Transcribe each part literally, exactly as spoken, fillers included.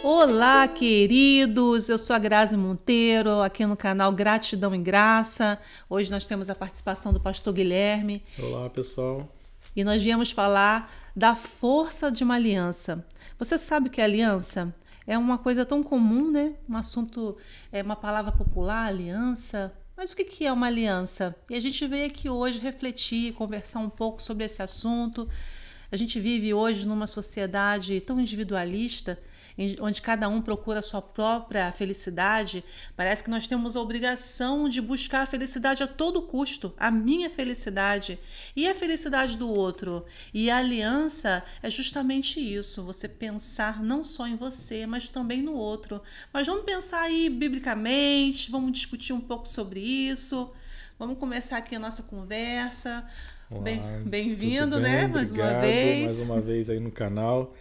Olá, queridos! Eu sou a Grazi Monteiro, aqui no canal Gratidão e Graça. Hoje nós temos a participação do pastor Guilherme. Olá, pessoal. E nós viemos falar da força de uma aliança. Você sabe que a aliança é uma coisa tão comum, né? Um assunto, é uma palavra popular, aliança. Mas o que é uma aliança? E a gente veio aqui hoje refletir, conversar um pouco sobre esse assunto. A gente vive hoje numa sociedade tão individualista, onde cada um procura a sua própria felicidade. Parece que nós temos a obrigação de buscar a felicidade a todo custo, a minha felicidade e a felicidade do outro. E a aliança é justamente isso, você pensar não só em você, mas também no outro. Mas vamos pensar aí biblicamente, vamos discutir um pouco sobre isso, vamos começar aqui a nossa conversa. Bem, bem-vindo, bem? né? Mais Obrigado, uma vez. Mais uma vez aí no canal.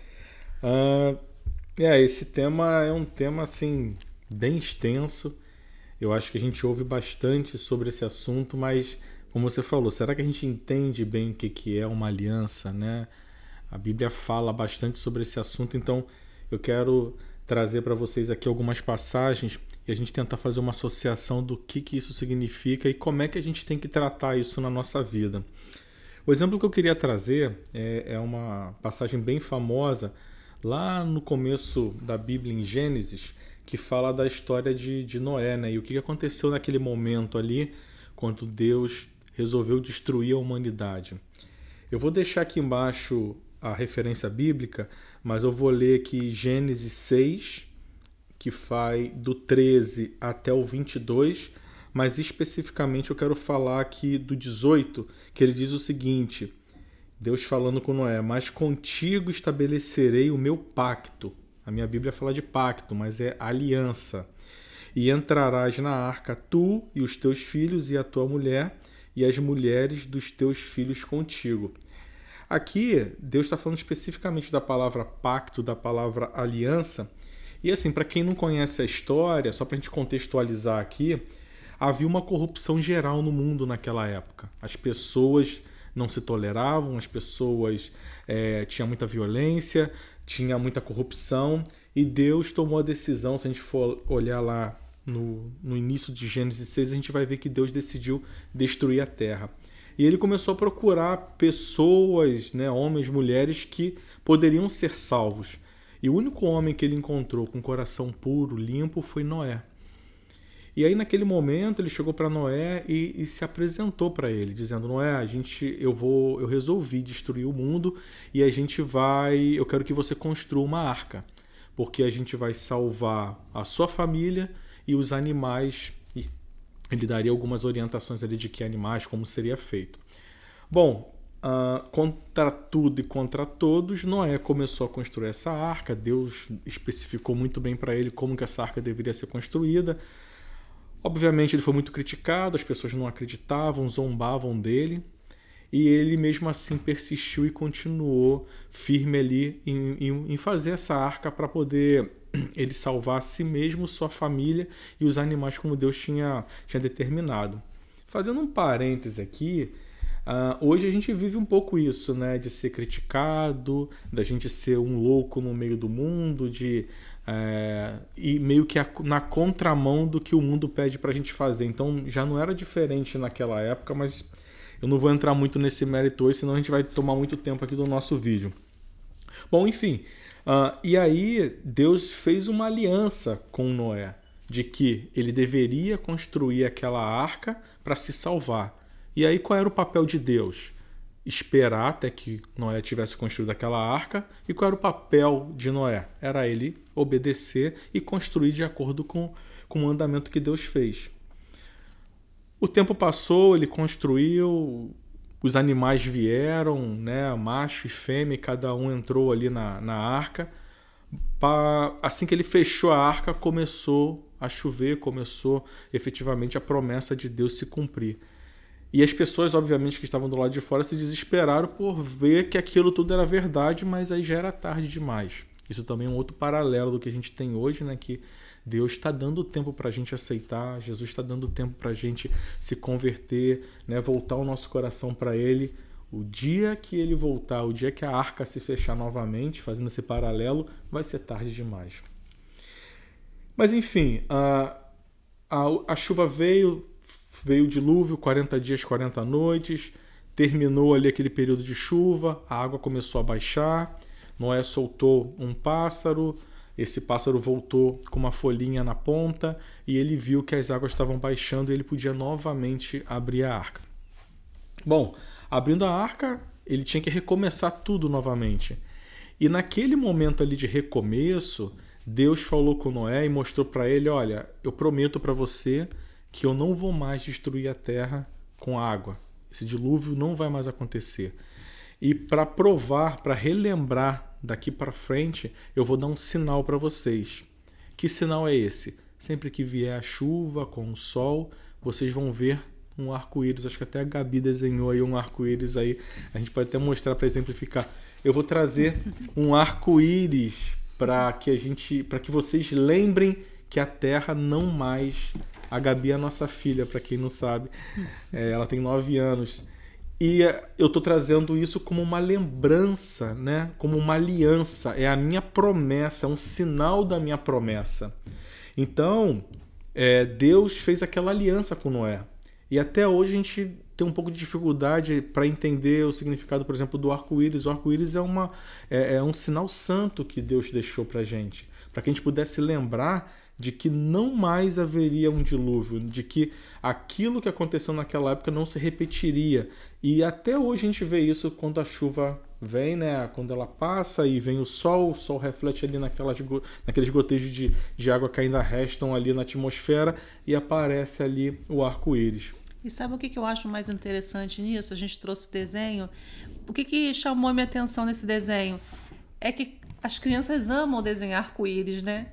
Uh, é, esse tema é um tema assim bem extenso. Eu acho que a gente ouve bastante sobre esse assunto, mas como você falou, será que a gente entende bem o que que é uma aliança, né? A Bíblia fala bastante sobre esse assunto, então eu quero trazer para vocês aqui algumas passagens e a gente tentar fazer uma associação do que que isso significa e como é que a gente tem que tratar isso na nossa vida. O exemplo que eu queria trazer é, é uma passagem bem famosa lá no começo da Bíblia, em Gênesis, que fala da história de, de Noé, né? E o que aconteceu naquele momento ali, quando Deus resolveu destruir a humanidade. Eu vou deixar aqui embaixo a referência bíblica, mas eu vou ler aqui Gênesis seis, que vai do treze até o vinte e dois, mas especificamente eu quero falar aqui do dezoito, que ele diz o seguinte: Deus falando com Noé, mas contigo estabelecerei o meu pacto. A minha Bíblia fala de pacto, mas é aliança. E entrarás na arca tu e os teus filhos e a tua mulher e as mulheres dos teus filhos contigo. Aqui, Deus está falando especificamente da palavra pacto, da palavra aliança. E assim, para quem não conhece a história, só para a gente contextualizar aqui, havia uma corrupção geral no mundo naquela época. As pessoas não se toleravam, as pessoas é, tinham muita violência, tinha muita corrupção, e Deus tomou a decisão. Se a gente for olhar lá no, no início de Gênesis seis, a gente vai ver que Deus decidiu destruir a terra. E ele começou a procurar pessoas, né, homens, mulheres, que poderiam ser salvos. E o único homem que ele encontrou com coração puro, limpo, foi Noé. E aí naquele momento ele chegou para Noé e, e se apresentou para ele, dizendo: Noé, a gente, eu vou, eu resolvi destruir o mundo e a gente vai, eu quero que você construa uma arca, porque a gente vai salvar a sua família e os animais. E ele daria algumas orientações ali de que animais, como seria feito. Bom, uh, contra tudo e contra todos, Noé começou a construir essa arca. Deus especificou muito bem para ele como que essa arca deveria ser construída. Obviamente ele foi muito criticado, as pessoas não acreditavam, zombavam dele, e ele mesmo assim persistiu e continuou firme ali em, em, em fazer essa arca para poder ele salvar a si mesmo, sua família e os animais como Deus tinha, tinha determinado. Fazendo um parêntese aqui, uh, hoje a gente vive um pouco isso, né, de ser criticado, da gente ser um louco no meio do mundo, de É, e meio que a, na contramão do que o mundo pede para a gente fazer. Então já não era diferente naquela época, mas eu não vou entrar muito nesse mérito hoje, senão a gente vai tomar muito tempo aqui do nosso vídeo. Bom, enfim, uh, e aí Deus fez uma aliança com Noé, de que ele deveria construir aquela arca para se salvar. E aí qual era o papel de Deus? Esperar até que Noé tivesse construído aquela arca. E qual era o papel de Noé? Era ele obedecer e construir de acordo com, com o mandamento que Deus fez. O tempo passou, ele construiu, os animais vieram, né, macho e fêmea, cada um entrou ali na, na arca. Pra, assim que ele fechou a arca, começou a chover, começou efetivamente a promessa de Deus se cumprir. E as pessoas, obviamente, que estavam do lado de fora se desesperaram por ver que aquilo tudo era verdade, mas aí já era tarde demais. Isso também é um outro paralelo do que a gente tem hoje, né? Que Deus está dando tempo para a gente aceitar, Jesus está dando tempo para a gente se converter, né? Voltar o nosso coração para Ele. O dia que Ele voltar, o dia que a arca se fechar novamente, fazendo esse paralelo, vai ser tarde demais. Mas enfim, a, a, a chuva veio, veio o dilúvio, quarenta dias, quarenta noites, terminou ali aquele período de chuva, a água começou a baixar, Noé soltou um pássaro, esse pássaro voltou com uma folhinha na ponta e ele viu que as águas estavam baixando e ele podia novamente abrir a arca. Bom, abrindo a arca, ele tinha que recomeçar tudo novamente. E naquele momento ali de recomeço, Deus falou com Noé e mostrou para ele, olha, eu prometo para você que eu não vou mais destruir a terra com água. Esse dilúvio não vai mais acontecer. E para provar, para relembrar daqui para frente, eu vou dar um sinal para vocês. Que sinal é esse? Sempre que vier a chuva com o sol, vocês vão ver um arco-íris. Acho que até a Gabi desenhou aí um arco-íris aí. A gente pode até mostrar para exemplificar. Eu vou trazer um arco-íris para que a gente, para que vocês lembrem que a Terra não mais... A Gabi é a nossa filha, para quem não sabe. É, ela tem nove anos. E eu estou trazendo isso como uma lembrança, né? Como uma aliança. É a minha promessa, é um sinal da minha promessa. Então, é, Deus fez aquela aliança com Noé. E até hoje a gente tem um pouco de dificuldade para entender o significado, por exemplo, do arco-íris. O arco-íris é, uma, é, é um sinal santo que Deus deixou para a gente. Para que a gente pudesse lembrar de que não mais haveria um dilúvio, de que aquilo que aconteceu naquela época não se repetiria. E até hoje a gente vê isso quando a chuva vem, né? Quando ela passa e vem o sol, o sol reflete ali naquelas, naqueles gotejos de, de água que ainda restam ali na atmosfera e aparece ali o arco-íris. E sabe o que eu acho mais interessante nisso? A gente trouxe o desenho. O que, que chamou a minha atenção nesse desenho? É que as crianças amam desenhar arco-íris, né?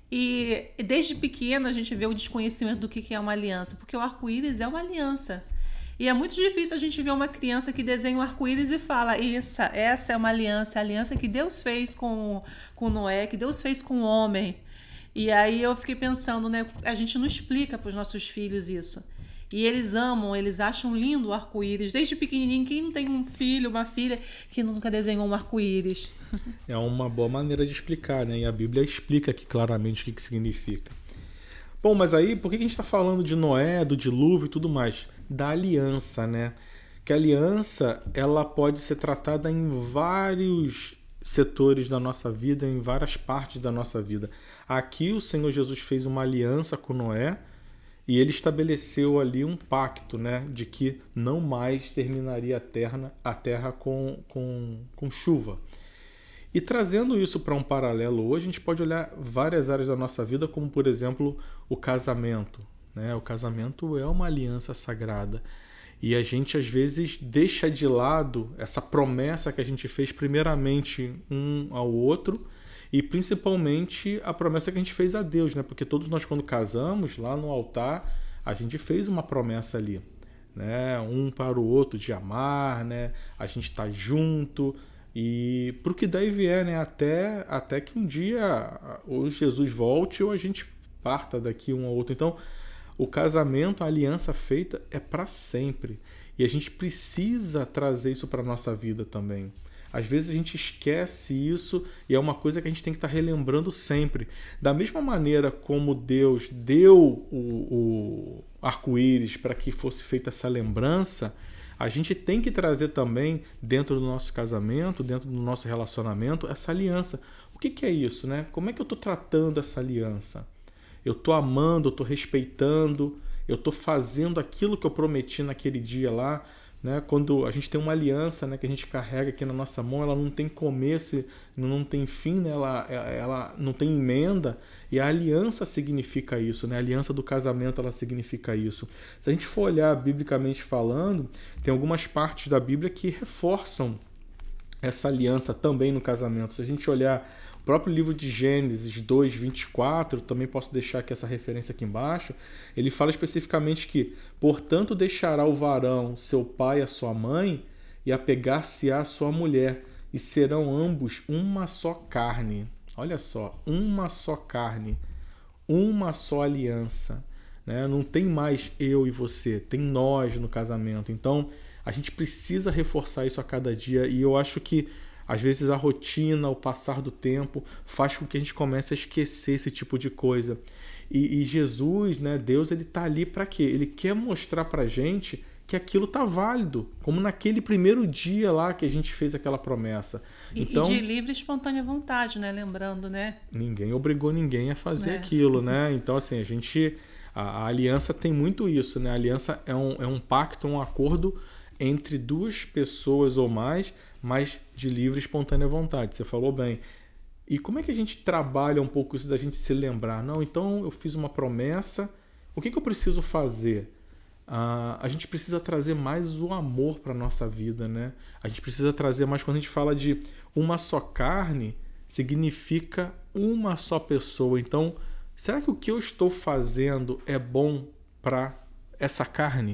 E desde pequena a gente vê o desconhecimento do que é uma aliança, porque o arco-íris é uma aliança. E é muito difícil a gente ver uma criança que desenha um arco-íris e fala, essa, essa é uma aliança, a aliança que Deus fez com, com Noé, que Deus fez com o homem. E aí eu fiquei pensando, né? A gente não explica para os nossos filhos isso. E eles amam, eles acham lindo o arco-íris. Desde pequenininho, quem não tem um filho, uma filha que nunca desenhou um arco-íris? É uma boa maneira de explicar, né? E a Bíblia explica aqui claramente o que, que significa. Bom, mas aí, por que a gente está falando de Noé, do dilúvio e tudo mais? Da aliança, né? Que a aliança, ela pode ser tratada em vários setores da nossa vida, em várias partes da nossa vida. Aqui o Senhor Jesus fez uma aliança com Noé, e ele estabeleceu ali um pacto, né, de que não mais terminaria a terra, a terra com, com, com chuva. E trazendo isso para um paralelo hoje, a gente pode olhar várias áreas da nossa vida, como, por exemplo, o casamento. Né? O casamento é uma aliança sagrada. E a gente, às vezes, deixa de lado essa promessa que a gente fez primeiramente um ao outro, e principalmente a promessa que a gente fez a Deus, né? Porque todos nós, quando casamos, lá no altar, a gente fez uma promessa ali, né? Um para o outro de amar, né? A gente está junto e para o que daí vier, né? Até, até que um dia ou Jesus volte ou a gente parta daqui um ao outro. Então, o casamento, a aliança feita é para sempre. E a gente precisa trazer isso para a nossa vida também. Às vezes a gente esquece isso e é uma coisa que a gente tem que estar relembrando sempre. Da mesma maneira como Deus deu o, o arco-íris para que fosse feita essa lembrança, a gente tem que trazer também dentro do nosso casamento, dentro do nosso relacionamento, essa aliança. O que, que é isso, né? Como é que eu estou tratando essa aliança? Eu estou amando, eu estou respeitando, eu estou fazendo aquilo que eu prometi naquele dia lá. Né? Quando a gente tem uma aliança, né, que a gente carrega aqui na nossa mão, ela não tem começo, não tem fim, né? ela, ela não tem emenda, e a aliança significa isso, né? A aliança do casamento ela significa isso. Se a gente for olhar biblicamente falando, tem algumas partes da Bíblia que reforçam essa aliança também no casamento. Se a gente olhar o próprio livro de Gênesis dois, vinte e quatro, também posso deixar aqui essa referência aqui embaixo, ele fala especificamente que, portanto, deixará o varão seu pai e a sua mãe e apegar-se-á a sua mulher, e serão ambos uma só carne. Olha só, uma só carne, uma só aliança. Né? Não tem mais eu e você, tem nós no casamento. Então, a gente precisa reforçar isso a cada dia, e eu acho que Às vezes a rotina, o passar do tempo, faz com que a gente comece a esquecer esse tipo de coisa. E, e Jesus, né, Deus, ele está ali para quê? Ele quer mostrar para a gente que aquilo está válido, como naquele primeiro dia lá que a gente fez aquela promessa. E, então, e de livre e espontânea vontade, né? Lembrando, né? Ninguém obrigou ninguém a fazer é. aquilo, né? Então, assim, a gente... A, a aliança tem muito isso, né? A aliança é um, é um pacto, um acordo entre duas pessoas ou mais, mas de livre e espontânea vontade. Você falou bem. E como é que a gente trabalha um pouco isso da gente se lembrar? Não, então eu fiz uma promessa, o que, que eu preciso fazer? Ah, a gente precisa trazer mais o amor para a nossa vida, né? A gente precisa trazer mais, quando a gente fala de uma só carne, significa uma só pessoa. Então, será que o que eu estou fazendo é bom para essa carne,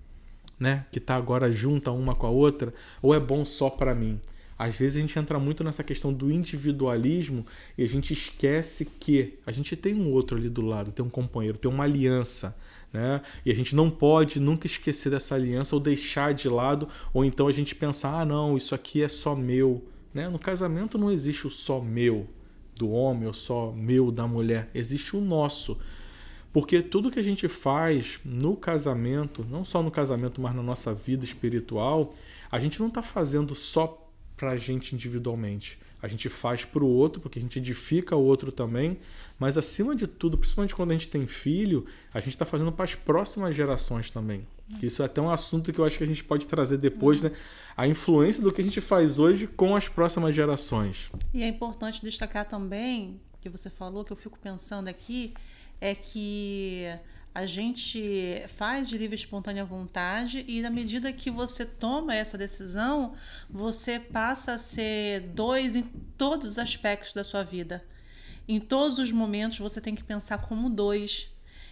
né? Que está agora junta uma com a outra, ou é bom só para mim? Às vezes a gente entra muito nessa questão do individualismo e a gente esquece que a gente tem um outro ali do lado, tem um companheiro, tem uma aliança, né? E a gente não pode nunca esquecer dessa aliança ou deixar de lado, ou então a gente pensar, ah não, isso aqui é só meu, né? No casamento não existe o só meu do homem ou só meu da mulher, existe o nosso. Porque tudo que a gente faz no casamento, não só no casamento, mas na nossa vida espiritual, a gente não está fazendo só para a gente individualmente. A gente faz para o outro, porque a gente edifica o outro também, mas acima de tudo, principalmente quando a gente tem filho, a gente está fazendo para as próximas gerações também. Isso é até um assunto que eu acho que a gente pode trazer depois, uhum. né? A influência do que a gente faz hoje com as próximas gerações. E é importante destacar também, que você falou, que eu fico pensando aqui, é que a gente faz de livre e espontânea vontade e na medida que você toma essa decisão, você passa a ser dois em todos os aspectos da sua vida. Em todos os momentos você tem que pensar como dois.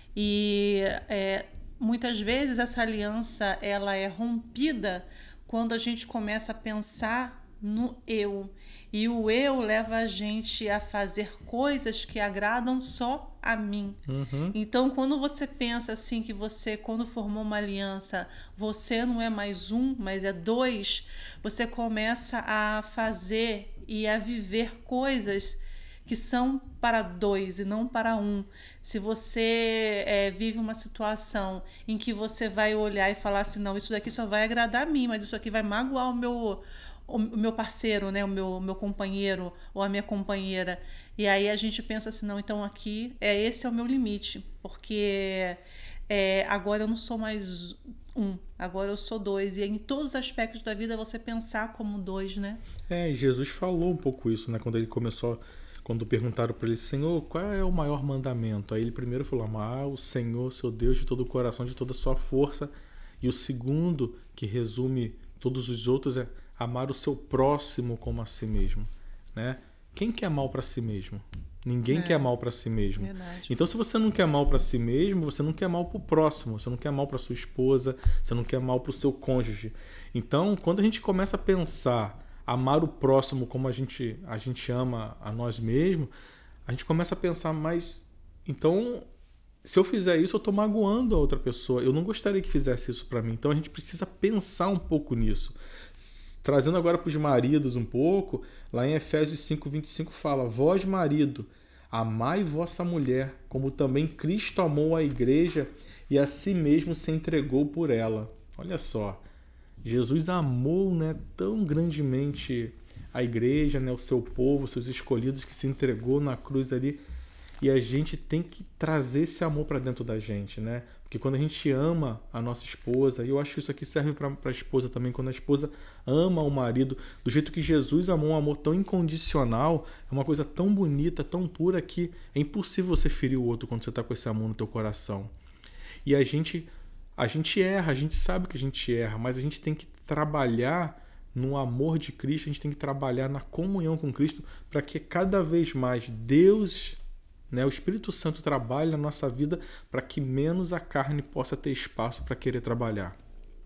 E é, muitas vezes essa aliança ela é rompida quando a gente começa a pensar no eu. E o eu leva a gente a fazer coisas que agradam só a mim. Uhum. Então, quando você pensa assim que você, quando formou uma aliança, você não é mais um, mas é dois, você começa a fazer e a viver coisas que são para dois e não para um. Se você é, vive uma situação em que você vai olhar e falar assim, não, isso daqui só vai agradar a mim, mas isso aqui vai magoar o meu... o meu parceiro, né, o meu, meu companheiro ou a minha companheira. E aí a gente pensa assim, não, então aqui é esse é o meu limite, porque é, agora eu não sou mais um, agora eu sou dois. E em todos os aspectos da vida você pensar como dois, né? É, Jesus falou um pouco isso, né, quando ele começou, quando perguntaram para ele, Senhor, qual é o maior mandamento? Aí ele primeiro falou, amar o Senhor, seu Deus, de todo o coração, de toda a sua força. E o segundo, que resume todos os outros, é amar o seu próximo como a si mesmo, né? Quem quer mal para si mesmo? Ninguém é, quer mal para si mesmo. Verdade. Então, se você não quer mal para si mesmo, você não quer mal para o próximo, você não quer mal para sua esposa, você não quer mal para o seu cônjuge. Então, quando a gente começa a pensar amar o próximo como a gente, a gente ama a nós mesmos, a gente começa a pensar, mas então, se eu fizer isso, eu estou magoando a outra pessoa. Eu não gostaria que fizesse isso para mim. Então, a gente precisa pensar um pouco nisso. Trazendo agora para os maridos um pouco, lá em Efésios cinco, vinte e cinco fala, vós marido, amai vossa mulher, como também Cristo amou a igreja e a si mesmo se entregou por ela. Olha só, Jesus amou, né, tão grandemente a igreja, né, o seu povo, os seus escolhidos, que se entregou na cruz ali. E a gente tem que trazer esse amor para dentro da gente, né? Porque quando a gente ama a nossa esposa, e eu acho que isso aqui serve para a esposa também, quando a esposa ama o marido, do jeito que Jesus amou, um amor tão incondicional, é uma coisa tão bonita, tão pura, que é impossível você ferir o outro quando você está com esse amor no teu coração. E a gente, a gente erra, a gente sabe que a gente erra, mas a gente tem que trabalhar no amor de Cristo, a gente tem que trabalhar na comunhão com Cristo, para que cada vez mais Deus... Né? O Espírito Santo trabalha na nossa vida para que menos a carne possa ter espaço para querer trabalhar.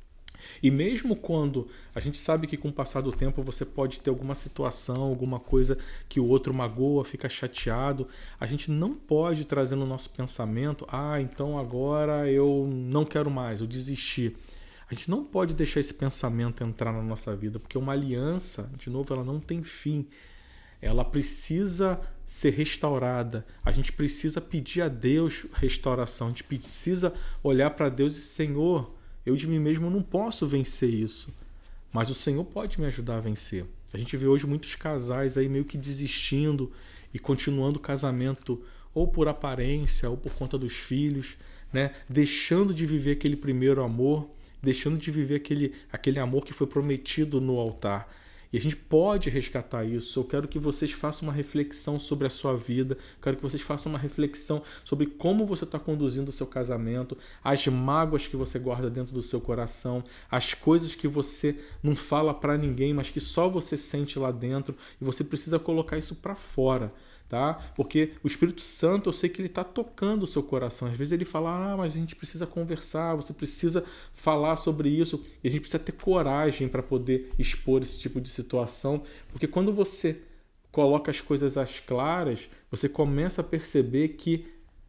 E mesmo quando a gente sabe que com o passar do tempo você pode ter alguma situação, alguma coisa que o outro magoa, fica chateado, a gente não pode trazer no nosso pensamento, ah, então agora eu não quero mais, eu desisti. A gente não pode deixar esse pensamento entrar na nossa vida, porque uma aliança, de novo, ela não tem fim. Ela precisa ser restaurada. A gente precisa pedir a Deus restauração. A gente precisa olhar para Deus e, Senhor, eu de mim mesmo não posso vencer isso, mas o Senhor pode me ajudar a vencer. A gente vê hoje muitos casais aí meio que desistindo e continuando o casamento ou por aparência ou por conta dos filhos, né? Deixando de viver aquele primeiro amor, deixando de viver aquele, aquele amor que foi prometido no altar. E a gente pode resgatar isso. Eu quero que vocês façam uma reflexão sobre a sua vida. Quero que vocês façam uma reflexão sobre como você está conduzindo o seu casamento, as mágoas que você guarda dentro do seu coração, as coisas que você não fala para ninguém, mas que só você sente lá dentro, e você precisa colocar isso para fora. Tá? Porque o Espírito Santo, eu sei que ele está tocando o seu coração. Às vezes ele fala, ah, mas a gente precisa conversar, você precisa falar sobre isso. E a gente precisa ter coragem para poder expor esse tipo de situação. Porque quando você coloca as coisas às claras, você começa a perceber que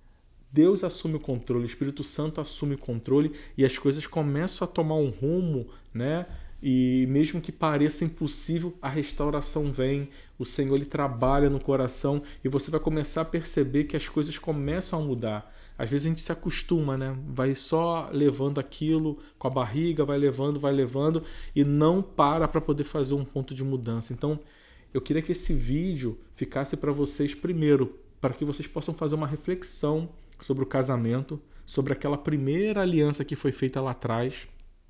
Deus assume o controle, o Espírito Santo assume o controle e as coisas começam a tomar um rumo, né? E mesmo que pareça impossível, a restauração vem, o Senhor ele trabalha no coração e você vai começar a perceber que as coisas começam a mudar. Às vezes a gente se acostuma, né? Vai só levando aquilo com a barriga, vai levando, vai levando e não para para poder fazer um ponto de mudança. Então, eu queria que esse vídeo ficasse para vocês primeiro, para que vocês possam fazer uma reflexão sobre o casamento, sobre aquela primeira aliança que foi feita lá atrás,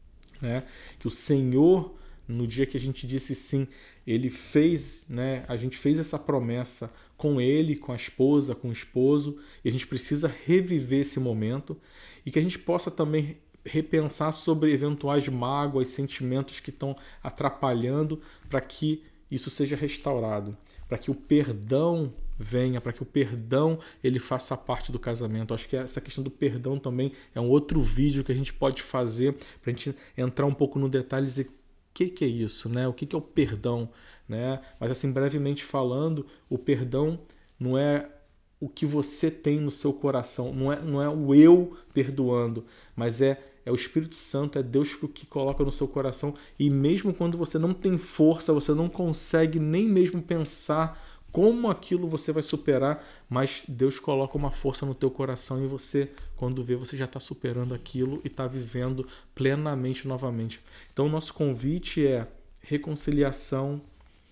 né? Que o Senhor, no dia que a gente disse sim, ele fez, né? A gente fez essa promessa com ele, com a esposa, com o esposo, e a gente precisa reviver esse momento e que a gente possa também repensar sobre eventuais mágoas, sentimentos que estão atrapalhando para que isso seja restaurado, para que o perdão venha, para que o perdão ele faça parte do casamento. Acho que essa questão do perdão também é um outro vídeo que a gente pode fazer para a gente entrar um pouco no detalhe e dizer o que, que é isso, né? O que, que é o perdão, né? Mas assim, brevemente falando, o perdão não é o que você tem no seu coração, não é, não é o eu perdoando, mas é É o Espírito Santo, é Deus que coloca no seu coração. E mesmo quando você não tem força, você não consegue nem mesmo pensar como aquilo você vai superar, mas Deus coloca uma força no teu coração e você, quando vê, você já está superando aquilo e está vivendo plenamente novamente. Então, o nosso convite é reconciliação,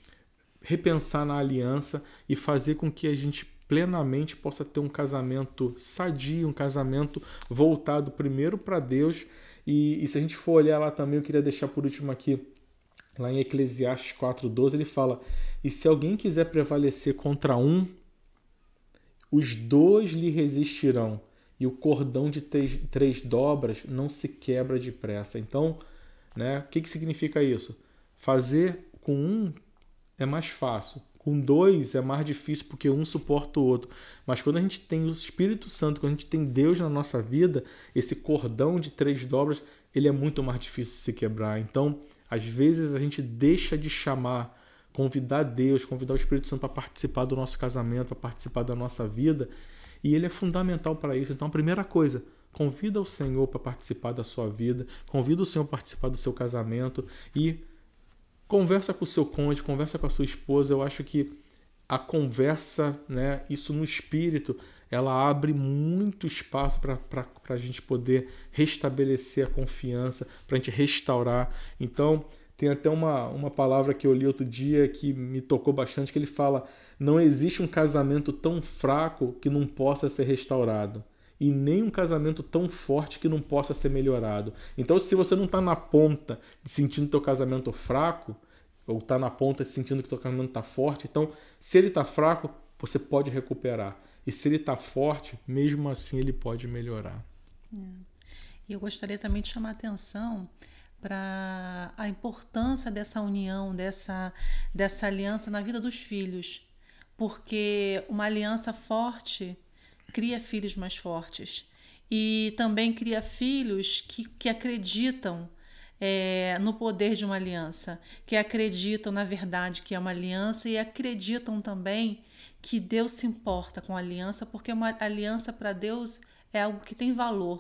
repensar na aliança e fazer com que a gente plenamente possa ter um casamento sadio, um casamento voltado primeiro para Deus. E, e se a gente for olhar lá também, eu queria deixar por último aqui, lá em Eclesiastes quatro, doze, ele fala, e se alguém quiser prevalecer contra um, os dois lhe resistirão, e o cordão de três, três dobras não se quebra depressa. Então, né, o que, que significa isso? Fazer com um é mais fácil. Com dois é mais difícil porque um suporta o outro. Mas quando a gente tem o Espírito Santo, quando a gente tem Deus na nossa vida, esse cordão de três dobras, ele é muito mais difícil de se quebrar. Então, às vezes a gente deixa de chamar, convidar Deus, convidar o Espírito Santo para participar do nosso casamento, para participar da nossa vida. E ele é fundamental para isso. Então, a primeira coisa, convida o Senhor para participar da sua vida, convida o Senhor para participar do seu casamento e conversa com o seu cônjuge, conversa com a sua esposa. Eu acho que a conversa, né, isso no espírito, ela abre muito espaço para a gente poder restabelecer a confiança, para a gente restaurar. Então, tem até uma, uma palavra que eu li outro dia que me tocou bastante, que ele fala, não existe um casamento tão fraco que não possa ser restaurado. E nem um casamento tão forte que não possa ser melhorado. Então, se você não está na ponta sentindo que teu casamento fraco, ou está na ponta sentindo que teu casamento está forte, então, se ele está fraco, você pode recuperar. E se ele está forte, mesmo assim ele pode melhorar. É. E eu gostaria também de chamar a atenção para a importância dessa união, dessa, dessa aliança na vida dos filhos. Porque uma aliança forte cria filhos mais fortes e também cria filhos que, que acreditam é, no poder de uma aliança, que acreditam na verdade que é uma aliança e acreditam também que Deus se importa com a aliança, porque uma aliança para Deus é algo que tem valor.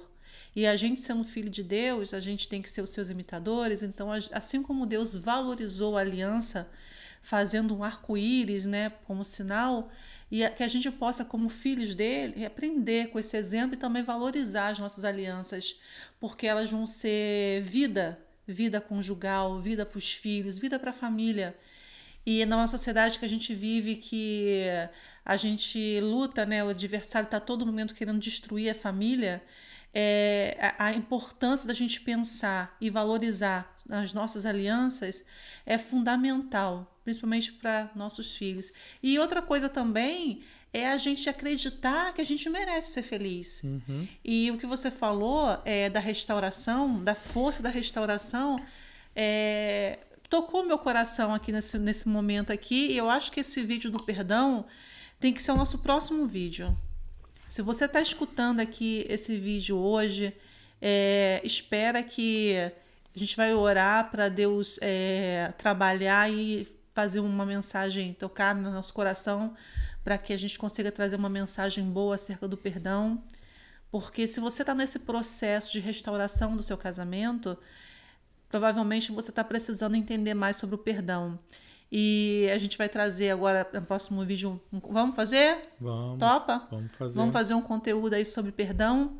E a gente, sendo filho de Deus, a gente tem que ser os seus imitadores. Então, assim como Deus valorizou a aliança, fazendo um arco-íris, né, como sinal, e que a gente possa, como filhos dele, aprender com esse exemplo e também valorizar as nossas alianças, porque elas vão ser vida, vida conjugal, vida para os filhos, vida para a família. E numa sociedade que a gente vive, que a gente luta, né, o adversário está a todo momento querendo destruir a família, é, a, a importância da gente pensar e valorizar as nossas alianças é fundamental, principalmente para nossos filhos. E outra coisa também é a gente acreditar que a gente merece ser feliz. Uhum. E o que você falou é, da restauração, da força da restauração, é, tocou meu coração aqui nesse, nesse momento aqui. E eu acho que esse vídeo do perdão tem que ser o nosso próximo vídeo. Se você está escutando aqui esse vídeo hoje, é, espera que a gente vai orar para Deus é, trabalhar e fazer uma mensagem, tocar no nosso coração, para que a gente consiga trazer uma mensagem boa acerca do perdão. Porque se você está nesse processo de restauração do seu casamento, provavelmente você está precisando entender mais sobre o perdão. E a gente vai trazer agora no próximo vídeo. Vamos fazer? Vamos. Topa? Vamos fazer. Vamos fazer um conteúdo aí sobre perdão.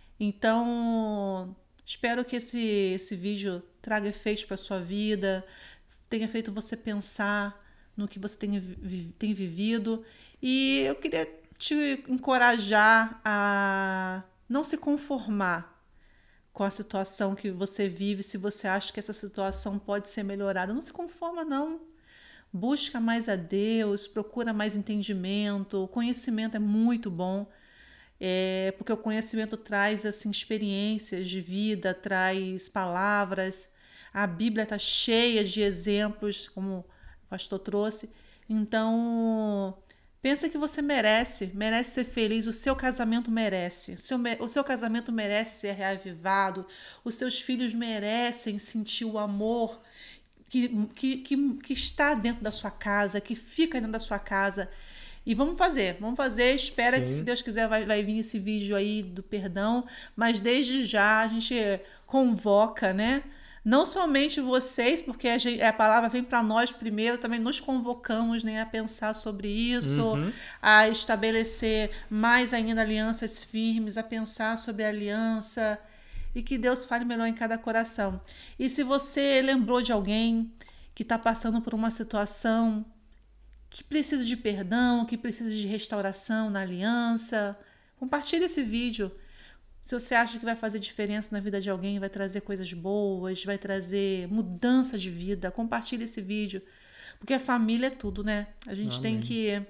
Então, espero que esse, esse vídeo traga efeitos para a sua vida, tenha feito você pensar no que você tem, tem vivido. E eu queria te encorajar a não se conformar com a situação que você vive, se você acha que essa situação pode ser melhorada. Não se conforma, não. Busca mais a Deus, procura mais entendimento. O conhecimento é muito bom, é, porque o conhecimento traz assim, experiências de vida, traz palavras. A Bíblia está cheia de exemplos, como o pastor trouxe. Então, pensa que você merece, merece ser feliz, o seu casamento merece. O seu, o seu casamento merece ser reavivado, os seus filhos merecem sentir o amor que, que, que, que está dentro da sua casa, que fica dentro da sua casa. E vamos fazer, vamos fazer. Espera Sim. que, se Deus quiser, vai, vai vir esse vídeo aí do perdão. Mas desde já a gente convoca, né? Não somente vocês, porque a, gente, a palavra vem para nós primeiro, também nos convocamos, né, a pensar sobre isso, uhum. a estabelecer mais ainda alianças firmes, a pensar sobre a aliança, e que Deus fale melhor em cada coração. E se você lembrou de alguém que está passando por uma situação que precisa de perdão, que precisa de restauração na aliança, compartilhe esse vídeo. Se você acha que vai fazer diferença na vida de alguém, vai trazer coisas boas, vai trazer mudança de vida, compartilhe esse vídeo. Porque a família é tudo, né? A gente Amém. Tem que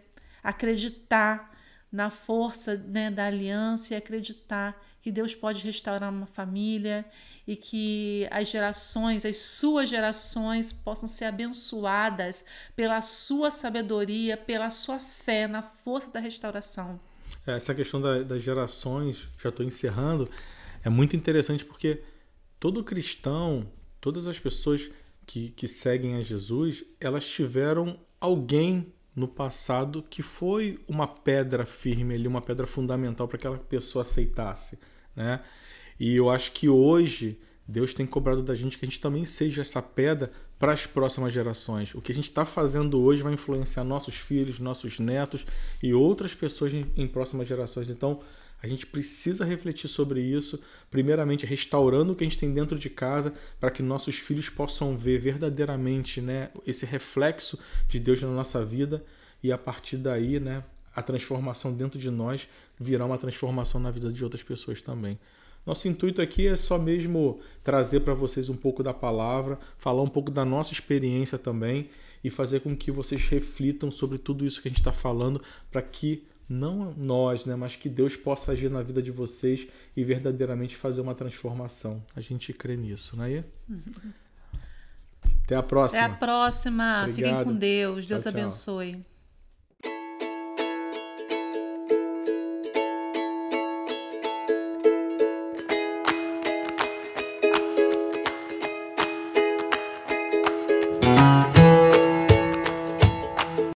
acreditar na força, né, da aliança e acreditar que Deus pode restaurar uma família e que as gerações, as suas gerações possam ser abençoadas pela sua sabedoria, pela sua fé na força da restauração. Essa questão da, das gerações, já estou encerrando, é muito interessante porque todo cristão, todas as pessoas que, que seguem a Jesus, elas tiveram alguém no passado que foi uma pedra firme ali, uma pedra fundamental para que aquela pessoa aceitasse, né? E eu acho que hoje Deus tem cobrado da gente que a gente também seja essa pedra para as próximas gerações. O que a gente está fazendo hoje vai influenciar nossos filhos, nossos netos e outras pessoas em, em próximas gerações. Então, a gente precisa refletir sobre isso, primeiramente restaurando o que a gente tem dentro de casa, para que nossos filhos possam ver verdadeiramente, né, esse reflexo de Deus na nossa vida, e a partir daí, né, a transformação dentro de nós virá uma transformação na vida de outras pessoas também. Nosso intuito aqui é só mesmo trazer para vocês um pouco da palavra, falar um pouco da nossa experiência também e fazer com que vocês reflitam sobre tudo isso que a gente está falando, para que não nós, né, mas que Deus possa agir na vida de vocês e verdadeiramente fazer uma transformação. A gente crê nisso, não é? Uhum. Até a próxima. Até a próxima. Obrigado. Fiquem com Deus. Deus tchau, tchau. abençoe.